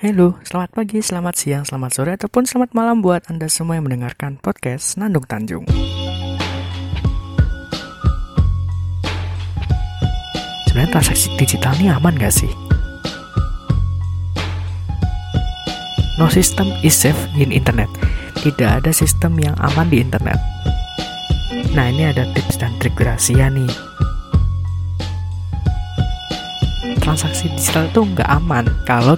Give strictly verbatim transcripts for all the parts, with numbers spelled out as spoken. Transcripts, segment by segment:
Halo, selamat pagi, selamat siang, selamat sore, ataupun selamat malam buat Anda semua yang mendengarkan podcast Nandung Tanjung. Sebenarnya transaksi digital ini aman gak sih? No system is safe in internet. Tidak ada sistem yang aman di internet. Nah, ini ada tips dan trik rahasia nih. Transaksi digital itu nggak aman kalau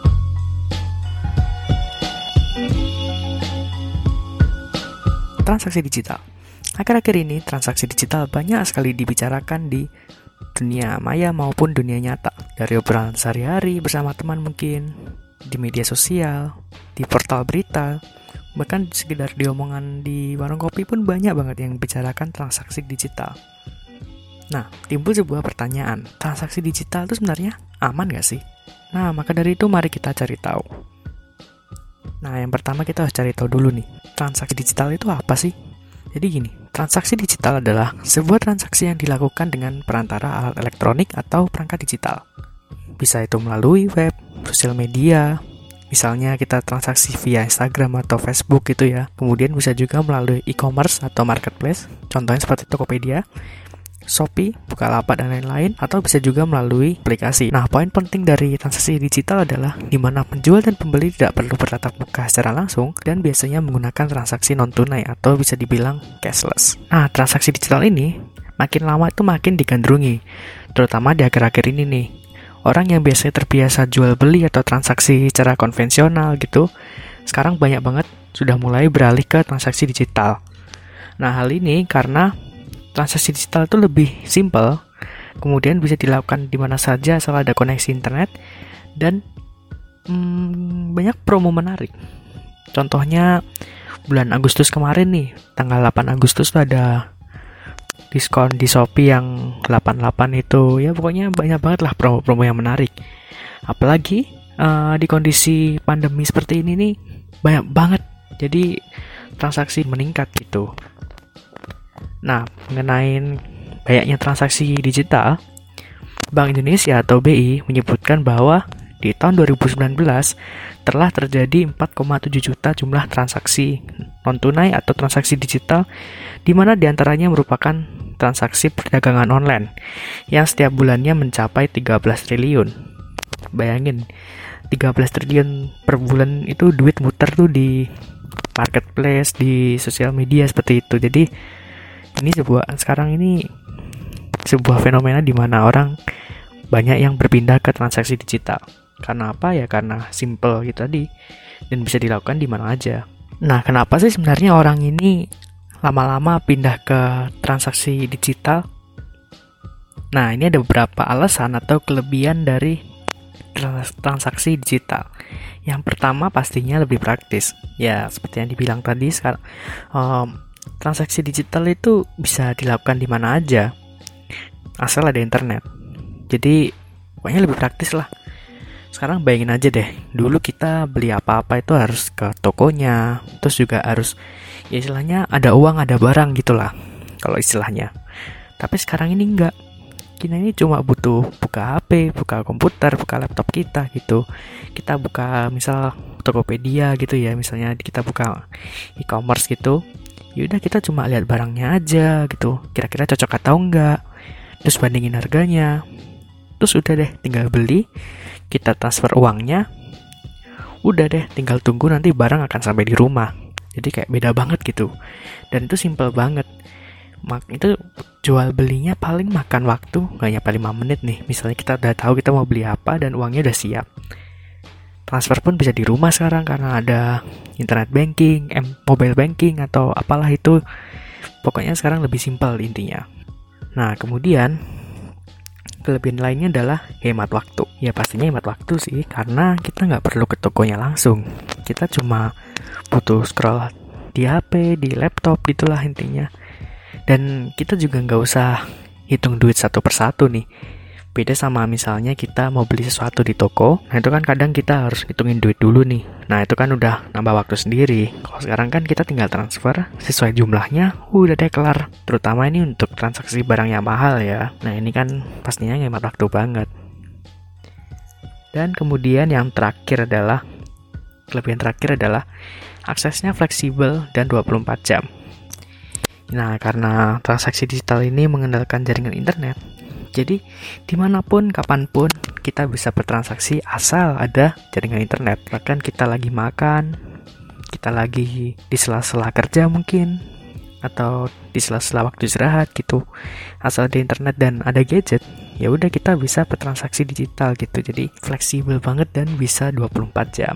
transaksi digital. Akhir-akhir ini transaksi digital banyak sekali dibicarakan di dunia maya maupun dunia nyata. Dari obrolan sehari-hari bersama teman mungkin, di media sosial, di portal berita, bahkan sekedar di omongan di warung kopi pun banyak banget yang bicarakan transaksi digital. Nah, timbul sebuah pertanyaan, transaksi digital itu sebenarnya aman gak sih? Nah, maka dari itu mari kita cari tahu. Nah, yang pertama kita harus cari tahu dulu nih, transaksi digital itu apa sih? Jadi gini, transaksi digital adalah sebuah transaksi yang dilakukan dengan perantara alat elektronik atau perangkat digital. Bisa itu melalui web, sosial media, misalnya kita transaksi via Instagram atau Facebook gitu ya. Kemudian bisa juga melalui e-commerce atau marketplace, contohnya seperti Tokopedia, Shopee, Bukalapak, dan lain-lain, atau bisa juga melalui aplikasi. Nah, poin penting dari transaksi digital adalah di mana penjual dan pembeli tidak perlu bertatap muka secara langsung dan biasanya menggunakan transaksi non-tunai atau bisa dibilang cashless. Nah, transaksi digital ini makin lama itu makin digandrungi, terutama di akhir-akhir ini nih. Orang yang biasanya terbiasa jual beli atau transaksi secara konvensional gitu, sekarang banyak banget sudah mulai beralih ke transaksi digital. Nah, hal ini karena transaksi digital itu lebih simple, kemudian bisa dilakukan di mana saja asal ada koneksi internet, dan hmm, banyak promo menarik. Contohnya bulan Agustus kemarin nih, tanggal delapan Agustus tuh ada diskon di Shopee yang delapan puluh delapan itu, ya pokoknya banyak banget lah promo-promo yang menarik. Apalagi uh, di kondisi pandemi seperti ini nih, banyak banget, jadi transaksi meningkat gitu. Nah, mengenai banyaknya transaksi digital, Bank Indonesia atau B I menyebutkan bahwa di tahun dua ribu sembilan belas telah terjadi empat koma tujuh juta jumlah transaksi non-tunai atau transaksi digital, di mana diantaranya merupakan transaksi perdagangan online yang setiap bulannya mencapai tiga belas triliun. Bayangin, tiga belas triliun per bulan itu duit muter tuh di marketplace, di sosial media seperti itu. Jadi ini sebuah sekarang ini sebuah fenomena di mana orang banyak yang berpindah ke transaksi digital. Karena apa ya? Karena simple gitu tadi dan bisa dilakukan di mana aja. Nah, kenapa sih sebenarnya orang ini lama-lama pindah ke transaksi digital? Nah, ini ada beberapa alasan atau kelebihan dari transaksi digital. Yang pertama pastinya lebih praktis. Ya, seperti yang dibilang tadi, sekarang um, transaksi digital itu bisa dilakukan di mana aja, asal ada internet. Jadi pokoknya lebih praktis lah. Sekarang bayangin aja deh, dulu kita beli apa-apa itu harus ke tokonya, terus juga harus, ya istilahnya ada uang ada barang gitulah, kalau istilahnya. Tapi sekarang ini enggak. Kita ini cuma butuh buka H P, buka komputer, buka laptop kita gitu. Kita buka misal Tokopedia gitu ya, misalnya kita buka e-commerce gitu. Yaudah, kita cuma lihat barangnya aja gitu, kira-kira cocok atau enggak, terus bandingin harganya, terus udah deh tinggal beli, kita transfer uangnya, udah deh tinggal tunggu nanti barang akan sampai di rumah. Jadi kayak beda banget gitu, dan itu simple banget. Mak itu jual belinya paling makan waktu nggak nyampe lima menit nih. Misalnya kita udah tahu kita mau beli apa dan uangnya udah siap, transfer pun bisa di rumah sekarang karena ada internet banking, em, mobile banking atau apalah itu. Pokoknya sekarang lebih simpel intinya. Nah, kemudian kelebihan lainnya adalah hemat waktu. Ya pastinya hemat waktu sih, karena kita nggak perlu ke tokonya langsung. Kita cuma butuh scroll di H P, di laptop, itulah intinya. Dan kita juga nggak usah hitung duit satu persatu nih. Beda sama misalnya kita mau beli sesuatu di toko, nah itu kan kadang kita harus hitungin duit dulu nih. Nah itu kan udah nambah waktu sendiri. Kalau sekarang kan kita tinggal transfer sesuai jumlahnya, udah deh kelar. Terutama ini untuk transaksi barang yang mahal ya. Nah ini kan pastinya ngehemat waktu banget. Dan kemudian yang terakhir adalah, kelebihan terakhir adalah aksesnya fleksibel dan dua puluh empat jam. Nah, karena transaksi digital ini mengandalkan jaringan internet, jadi dimanapun, kapanpun kita bisa bertransaksi asal ada jaringan internet. Bahkan kita lagi makan, kita lagi di sela-sela kerja mungkin, atau di sela-sela waktu istirahat gitu, asal ada internet dan ada gadget, ya udah kita bisa bertransaksi digital gitu. Jadi fleksibel banget dan bisa dua puluh empat jam.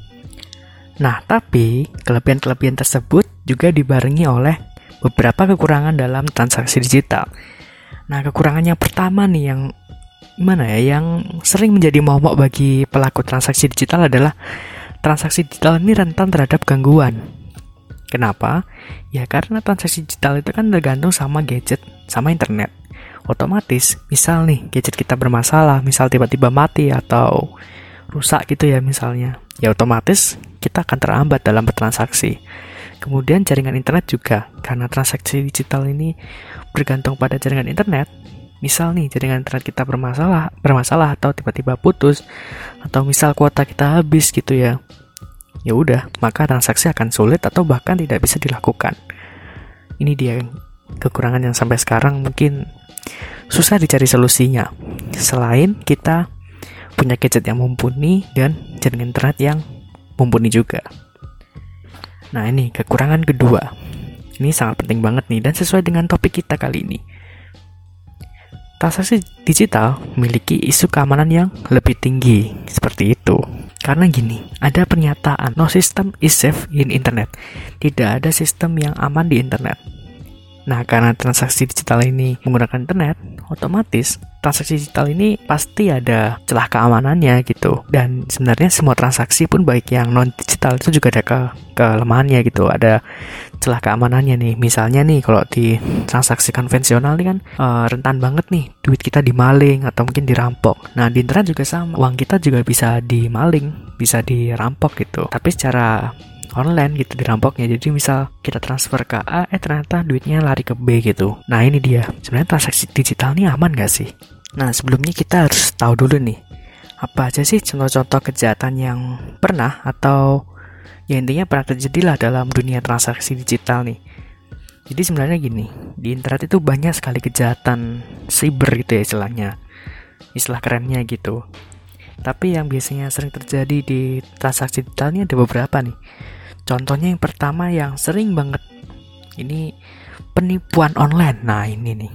Nah, tapi kelebihan-kelebihan tersebut juga dibarengi oleh beberapa kekurangan dalam transaksi digital. Nah, kekurangan yang pertama nih yang gimana ya, yang sering menjadi momok bagi pelaku transaksi digital adalah transaksi digital ini rentan terhadap gangguan. Kenapa? Ya karena transaksi digital itu kan tergantung sama gadget, sama internet. Otomatis, misal nih gadget kita bermasalah, misal tiba-tiba mati atau rusak gitu ya misalnya, ya otomatis kita akan terhambat dalam bertransaksi. Kemudian jaringan internet juga, karena transaksi digital ini bergantung pada jaringan internet. Misal nih jaringan internet kita bermasalah, bermasalah atau tiba-tiba putus, atau misal kuota kita habis gitu ya. Ya udah, maka transaksi akan sulit atau bahkan tidak bisa dilakukan. Ini dia kekurangan yang sampai sekarang mungkin susah dicari solusinya. Selain kita punya gadget yang mumpuni dan jaringan internet yang mumpuni juga. Nah, ini kekurangan kedua. Ini sangat penting banget nih dan sesuai dengan topik kita kali ini. Transaksi digital memiliki isu keamanan yang lebih tinggi, seperti itu. Karena gini, ada pernyataan, no system is safe in internet. Tidak ada sistem yang aman di internet. Nah, karena transaksi digital ini menggunakan internet, otomatis transaksi digital ini pasti ada celah keamanannya gitu. Dan sebenarnya semua transaksi pun baik yang non-digital itu juga ada ke kelemahannya gitu. Ada celah keamanannya nih. Misalnya nih kalau di transaksi konvensional nih kan uh, rentan banget nih duit kita dimaling atau mungkin dirampok. Nah, di internet juga sama. Uang kita juga bisa dimaling, bisa dirampok gitu. Tapi secara online gitu dirampoknya. Jadi misal kita transfer ke A, eh ternyata duitnya lari ke B gitu. Nah, ini dia. Sebenarnya transaksi digital ini aman gak sih? Nah, sebelumnya kita harus tahu dulu nih, apa aja sih contoh-contoh kejahatan yang pernah atau ya intinya pernah terjadi lah dalam dunia transaksi digital nih. Jadi sebenarnya gini, di internet itu banyak sekali kejahatan cyber gitu ya istilahnya. Istilah kerennya gitu. Tapi yang biasanya sering terjadi di transaksi digital ini ada beberapa nih. Contohnya yang pertama yang sering banget, ini penipuan online. Nah, ini nih.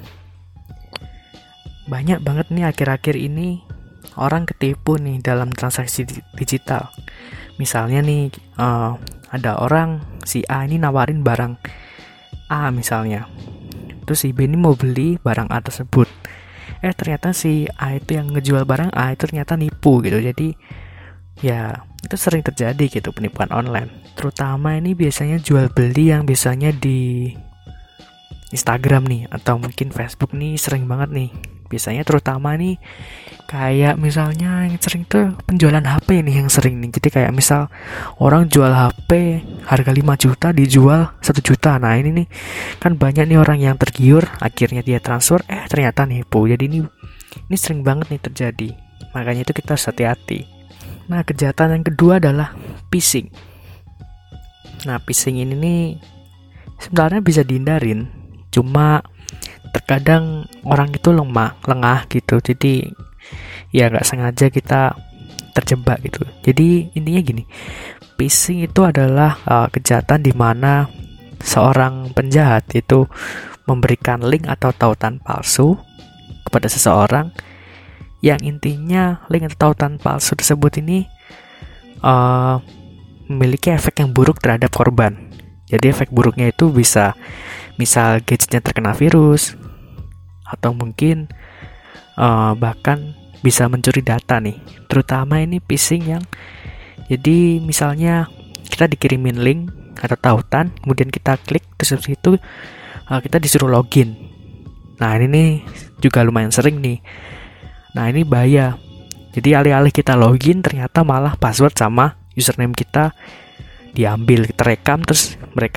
Banyak banget nih akhir-akhir ini orang ketipu nih dalam transaksi digital. Misalnya nih, uh, ada orang, si A ini nawarin barang A misalnya. Terus si B ini mau beli barang A tersebut. Eh ternyata si A itu yang ngejual barang A itu ternyata nipu gitu. Jadi ya itu sering terjadi gitu penipuan online. Terutama ini biasanya jual beli yang biasanya di Instagram nih atau mungkin Facebook nih sering banget nih. Biasanya terutama nih kayak misalnya yang sering tuh penjualan H P nih yang sering nih. Jadi kayak misal orang jual H P harga lima juta dijual satu juta. Nah, ini nih kan banyak nih orang yang tergiur, akhirnya dia transfer eh ternyata nipu. Jadi ini ini sering banget nih terjadi. Makanya itu kita harus hati-hati. Nah, kejahatan yang kedua adalah phishing. Nah, phishing ini nih sebenarnya bisa dihindarin, cuma terkadang orang itu lemah, lengah gitu. Jadi ya nggak sengaja kita terjebak gitu. Jadi intinya gini, phishing itu adalah uh, kejahatan di mana seorang penjahat itu memberikan link atau tautan palsu kepada seseorang, yang intinya link atau tautan palsu tersebut ini uh, memiliki efek yang buruk terhadap korban. Jadi efek buruknya itu bisa misal gadgetnya terkena virus, atau mungkin uh, bahkan bisa mencuri data nih. Terutama ini phishing yang jadi misalnya kita dikirimin link atau tautan, kemudian kita klik, terus habis itu uh, kita disuruh login. Nah, ini nih juga lumayan sering nih. Nah, ini bahaya. Jadi alih-alih kita login, ternyata malah password sama username kita diambil, terekam, terus mereka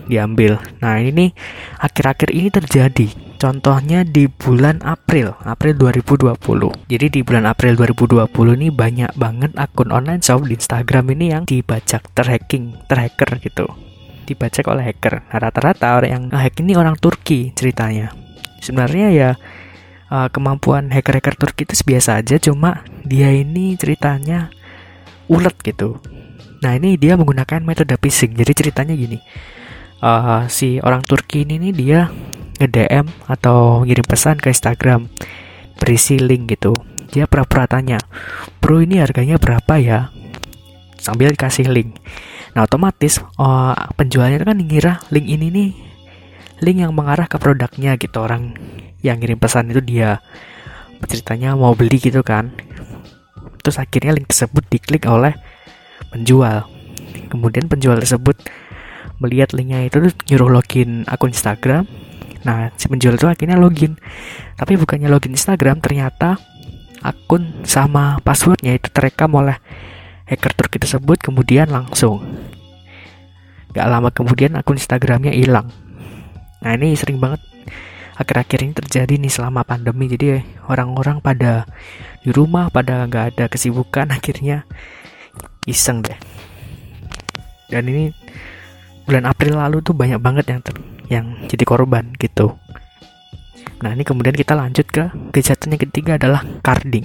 diambil. Nah ini nih akhir-akhir ini terjadi. Contohnya di bulan April, April dua ribu dua puluh. Jadi di bulan April dua ribu dua puluh ini banyak banget akun online shop di Instagram ini yang dibajak, terhacking, terhacker gitu. Dibajak oleh hacker. Nah rata-rata orang yang hack ini orang Turki ceritanya. Sebenarnya ya kemampuan hacker-hacker Turki itu biasa aja, cuma dia ini ceritanya ulet gitu. Nah ini dia menggunakan metode phishing. Jadi ceritanya gini, uh, si orang Turki ini nih dia nge-D M atau ngirim pesan ke Instagram berisi link gitu. Dia pura-pura tanya, bro ini harganya berapa ya, sambil dikasih link. Nah otomatis uh, penjualnya itu kan ngira link ini nih link yang mengarah ke produknya gitu. Orang yang ngirim pesan itu dia ceritanya mau beli gitu kan. Terus akhirnya link tersebut diklik oleh penjual. Kemudian penjual tersebut melihat linknya itu nyuruh login akun Instagram. Nah si penjual itu akhirnya login, tapi bukannya login Instagram, ternyata akun sama passwordnya itu terekam oleh hacker Turki tersebut. Kemudian langsung gak lama kemudian akun Instagramnya hilang. Nah ini sering banget akhir-akhir ini terjadi nih selama pandemi. Jadi orang-orang pada di rumah, pada gak ada kesibukan, akhirnya iseng deh. Dan ini bulan April lalu tuh banyak banget yang ter- yang jadi korban gitu. Nah ini kemudian kita lanjut ke kejahatan yang ketiga adalah carding.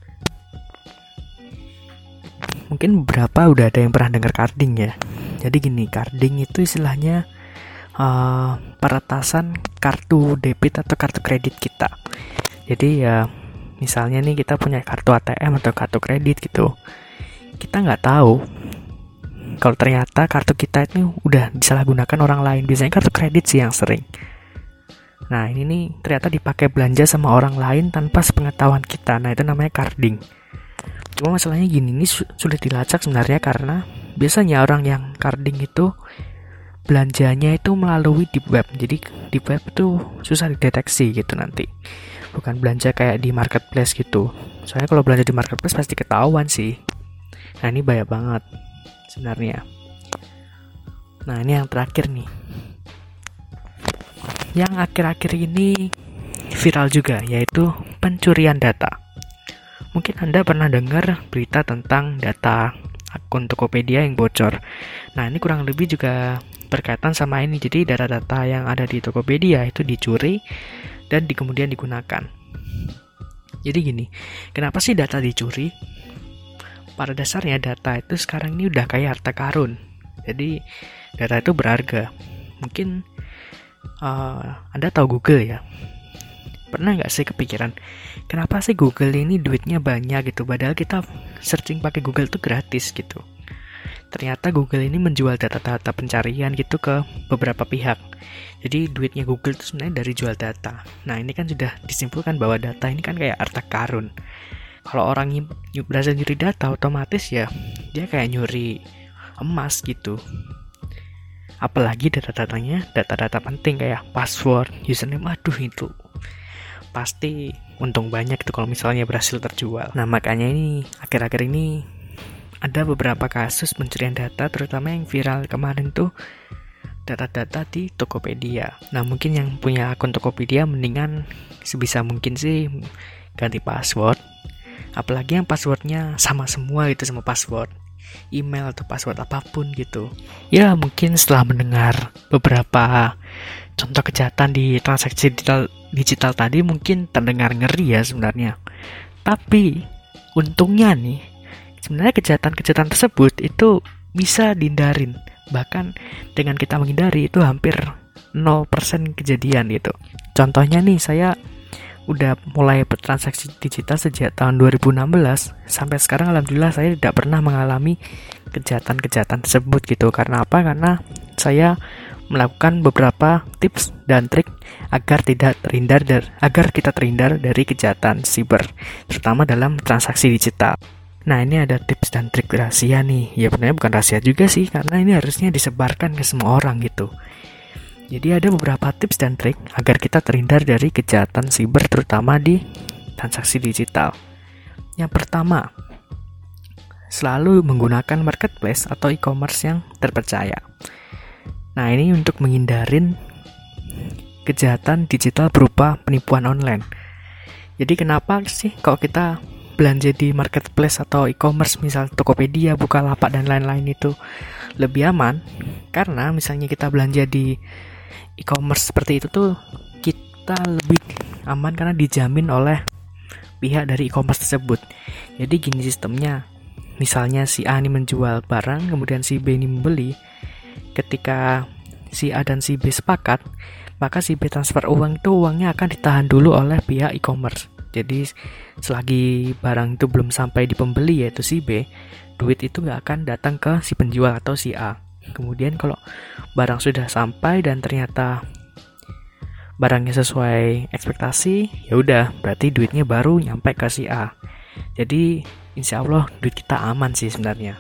Mungkin beberapa udah ada yang pernah dengar carding ya. Jadi gini, carding itu istilahnya uh, peretasan kartu debit atau kartu kredit kita. Jadi ya misalnya nih kita punya kartu A T M atau kartu kredit gitu, kita nggak tahu kalau ternyata kartu kita itu udah disalahgunakan orang lain. Biasanya kartu kredit sih yang sering. Nah ini nih ternyata dipakai belanja sama orang lain tanpa sepengetahuan kita. Nah itu namanya carding. Cuma masalahnya gini, ini sulit dilacak sebenarnya karena biasanya orang yang carding itu belanjanya itu melalui deep web. Jadi deep web itu susah dideteksi gitu nanti. Bukan belanja kayak di marketplace gitu. Soalnya kalau belanja di marketplace pasti ketahuan sih. Nah ini bahaya banget sebenarnya. Nah ini yang terakhir nih, yang akhir-akhir ini viral juga, yaitu pencurian data. Mungkin Anda pernah dengar berita tentang data akun Tokopedia yang bocor. Nah ini kurang lebih juga berkaitan sama ini. Jadi data-data yang ada di Tokopedia itu dicuri dan di kemudian digunakan. Jadi gini, kenapa sih data dicuri? Pada dasarnya data itu sekarang ini udah kayak harta karun. Jadi data itu berharga. Mungkin uh, Anda tahu Google ya. Pernah nggak sih kepikiran, kenapa sih Google ini duitnya banyak gitu, padahal kita searching pakai Google itu gratis gitu. Ternyata Google ini menjual data-data pencarian gitu ke beberapa pihak. Jadi duitnya Google itu sebenarnya dari jual data. Nah ini kan sudah disimpulkan bahwa data ini kan kayak harta karun. Kalau orang yang berhasil nyuri data, otomatis ya dia kayak nyuri emas gitu. Apalagi data-datanya, data-data penting kayak password, username, aduh itu pasti untung banyak itu kalau misalnya berhasil terjual. Nah makanya ini akhir-akhir ini ada beberapa kasus pencurian data, terutama yang viral kemarin tuh data-data di Tokopedia. Nah mungkin yang punya akun Tokopedia mendingan sebisa mungkin sih ganti password. Apalagi yang passwordnya sama semua gitu, sama password email atau password apapun gitu. Ya mungkin setelah mendengar beberapa contoh kejahatan di transaksi digital, digital tadi mungkin terdengar ngeri ya sebenarnya. Tapi untungnya nih, sebenarnya kejahatan-kejahatan tersebut itu bisa dihindarin. Bahkan dengan kita menghindari itu hampir nol persen kejadian gitu. Contohnya nih, saya udah mulai bertransaksi digital sejak tahun dua ribu enam belas sampai sekarang alhamdulillah saya tidak pernah mengalami kejahatan-kejahatan tersebut gitu. Karena apa? Karena saya melakukan beberapa tips dan trik agar tidak terhindar dari, agar kita terhindar dari kejahatan siber, terutama dalam transaksi digital. Nah ini ada tips dan trik rahasia nih. Ya sebenarnya bukan rahasia juga sih, karena ini harusnya disebarkan ke semua orang gitu. Jadi ada beberapa tips dan trik agar kita terhindar dari kejahatan siber, terutama di transaksi digital. Yang pertama, selalu menggunakan marketplace atau e-commerce yang terpercaya. Nah, ini untuk menghindarin kejahatan digital berupa penipuan online. Jadi kenapa sih kalau kita belanja di marketplace atau e-commerce, misal Tokopedia, Bukalapak dan lain-lain itu lebih aman? Karena misalnya kita belanja di e-commerce seperti itu tuh kita lebih aman karena dijamin oleh pihak dari e-commerce tersebut. Jadi gini sistemnya, misalnya si A ini menjual barang, kemudian si B ini membeli. Ketika si A dan si B sepakat, maka si B transfer uang itu uangnya akan ditahan dulu oleh pihak e-commerce. Jadi selagi barang itu belum sampai di pembeli yaitu si B, duit itu nggak akan datang ke si penjual atau si A. Kemudian kalau barang sudah sampai dan ternyata barangnya sesuai ekspektasi, ya udah berarti duitnya baru nyampe ke si A. Jadi insya Allah duit kita aman sih sebenarnya.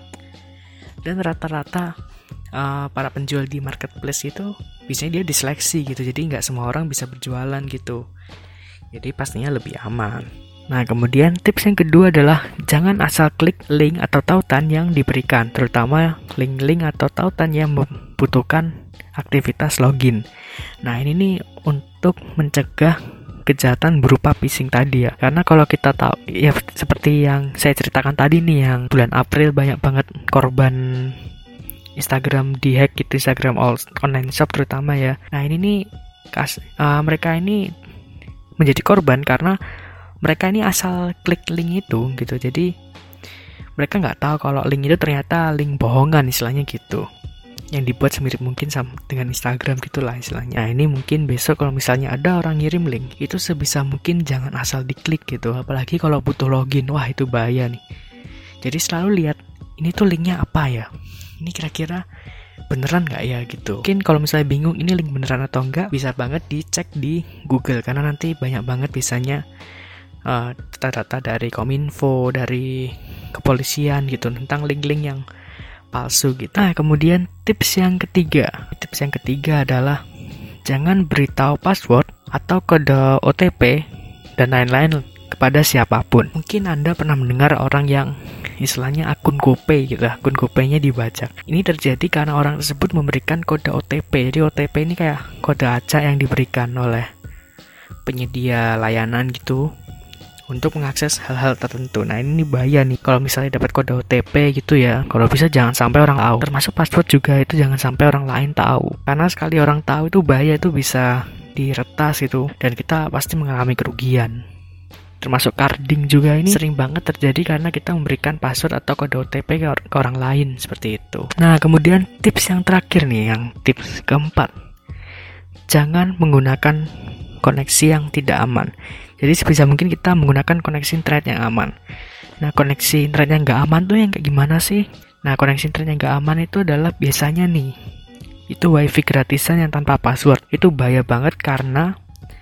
Dan rata-rata uh, para penjual di marketplace itu biasanya dia diseleksi gitu, jadi nggak semua orang bisa berjualan gitu. Jadi pastinya lebih aman. Nah, kemudian tips yang kedua adalah jangan asal klik link atau tautan yang diberikan, terutama link-link atau tautan yang membutuhkan aktivitas login. Nah, ini nih untuk mencegah kejahatan berupa phishing tadi ya. Karena kalau kita tahu ya seperti yang saya ceritakan tadi nih, yang bulan April banyak banget korban Instagram dihack gitu, Instagram online shop terutama ya. Nah, ini nih kas, uh, mereka ini menjadi korban karena mereka ini asal klik link itu gitu. Jadi mereka nggak tahu kalau link itu ternyata link bohongan istilahnya gitu, yang dibuat semirip mungkin sama dengan Instagram gitulah istilahnya. Nah, ini mungkin besok kalau misalnya ada orang ngirim link, itu sebisa mungkin jangan asal diklik gitu. Apalagi kalau butuh login, wah itu bahaya nih. Jadi selalu lihat ini tuh linknya apa ya, ini kira-kira beneran nggak ya gitu. Mungkin kalau misalnya bingung ini link beneran atau enggak, bisa banget dicek di Google, karena nanti banyak banget biasanya uh, data-data dari Kominfo, dari kepolisian gitu tentang link-link yang palsu gitu. Nah, kemudian tips yang ketiga. Tips yang ketiga adalah jangan beritahu password atau kode O T P dan lain-lain kepada siapapun. Mungkin Anda pernah mendengar orang yang istilahnya akun GoPay gitu, akun GoPay-nya dibajak. Ini terjadi karena orang tersebut memberikan kode O T P. Jadi O T P ini kayak kode acak yang diberikan oleh penyedia layanan gitu untuk mengakses hal-hal tertentu. Nah, ini bahaya nih kalau misalnya dapat kode O T P gitu ya. Kalau bisa jangan sampai orang tahu. Termasuk password juga itu jangan sampai orang lain tahu. Karena sekali orang tahu itu bahaya, itu bisa diretas gitu dan kita pasti mengalami kerugian. Termasuk carding juga ini sering banget terjadi karena kita memberikan password atau kode O T P ke, or- ke orang lain seperti itu. Nah, kemudian tips yang terakhir nih, yang tips keempat. Jangan menggunakan koneksi yang tidak aman. Jadi sebisa mungkin kita menggunakan koneksi internet yang aman. Nah, koneksi internet yang nggak aman tuh yang kayak gimana sih? Nah, koneksi internet yang nggak aman itu adalah biasanya nih, itu wifi gratisan yang tanpa password. Itu bahaya banget karena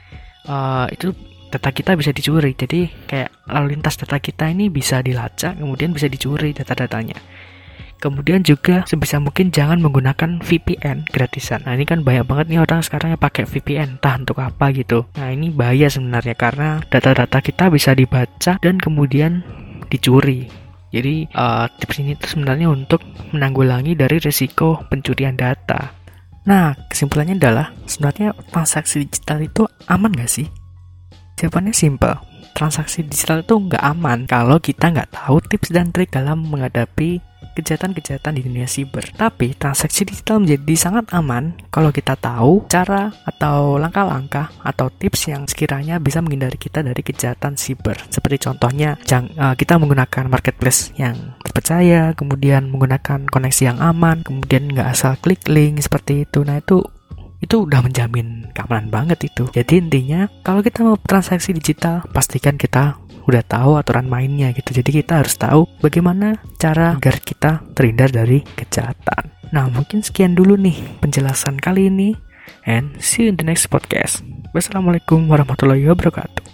uh, itu data kita bisa dicuri. Jadi kayak lalu lintas data kita ini bisa dilacak, kemudian bisa dicuri data-datanya. Kemudian juga sebisa mungkin jangan menggunakan V P N gratisan. Nah, ini kan banyak banget nih orang sekarang yang pakai V P N, entah untuk apa gitu. Nah, ini bahaya sebenarnya karena data-data kita bisa dibaca dan kemudian dicuri. Jadi uh, tips ini tuh sebenarnya untuk menanggulangi dari risiko pencurian data. Nah, kesimpulannya adalah sebenarnya transaksi digital itu aman nggak sih? Jawabannya simple. Transaksi digital itu nggak aman kalau kita nggak tahu tips dan trik dalam menghadapi kejahatan-kejahatan di dunia siber. Tapi transaksi digital menjadi sangat aman kalau kita tahu cara atau langkah-langkah atau tips yang sekiranya bisa menghindari kita dari kejahatan siber. Seperti contohnya jang, uh, kita menggunakan marketplace yang terpercaya, kemudian menggunakan koneksi yang aman, kemudian nggak asal klik link seperti itu. Nah, itu itu udah menjamin keamanan banget itu. Jadi intinya kalau kita mau transaksi digital, pastikan kita udah tahu aturan mainnya gitu. Jadi kita harus tahu bagaimana cara agar kita terhindar dari kejahatan. Nah, mungkin sekian dulu nih penjelasan kali ini, and see you in the next podcast. Wassalamualaikum warahmatullahi wabarakatuh.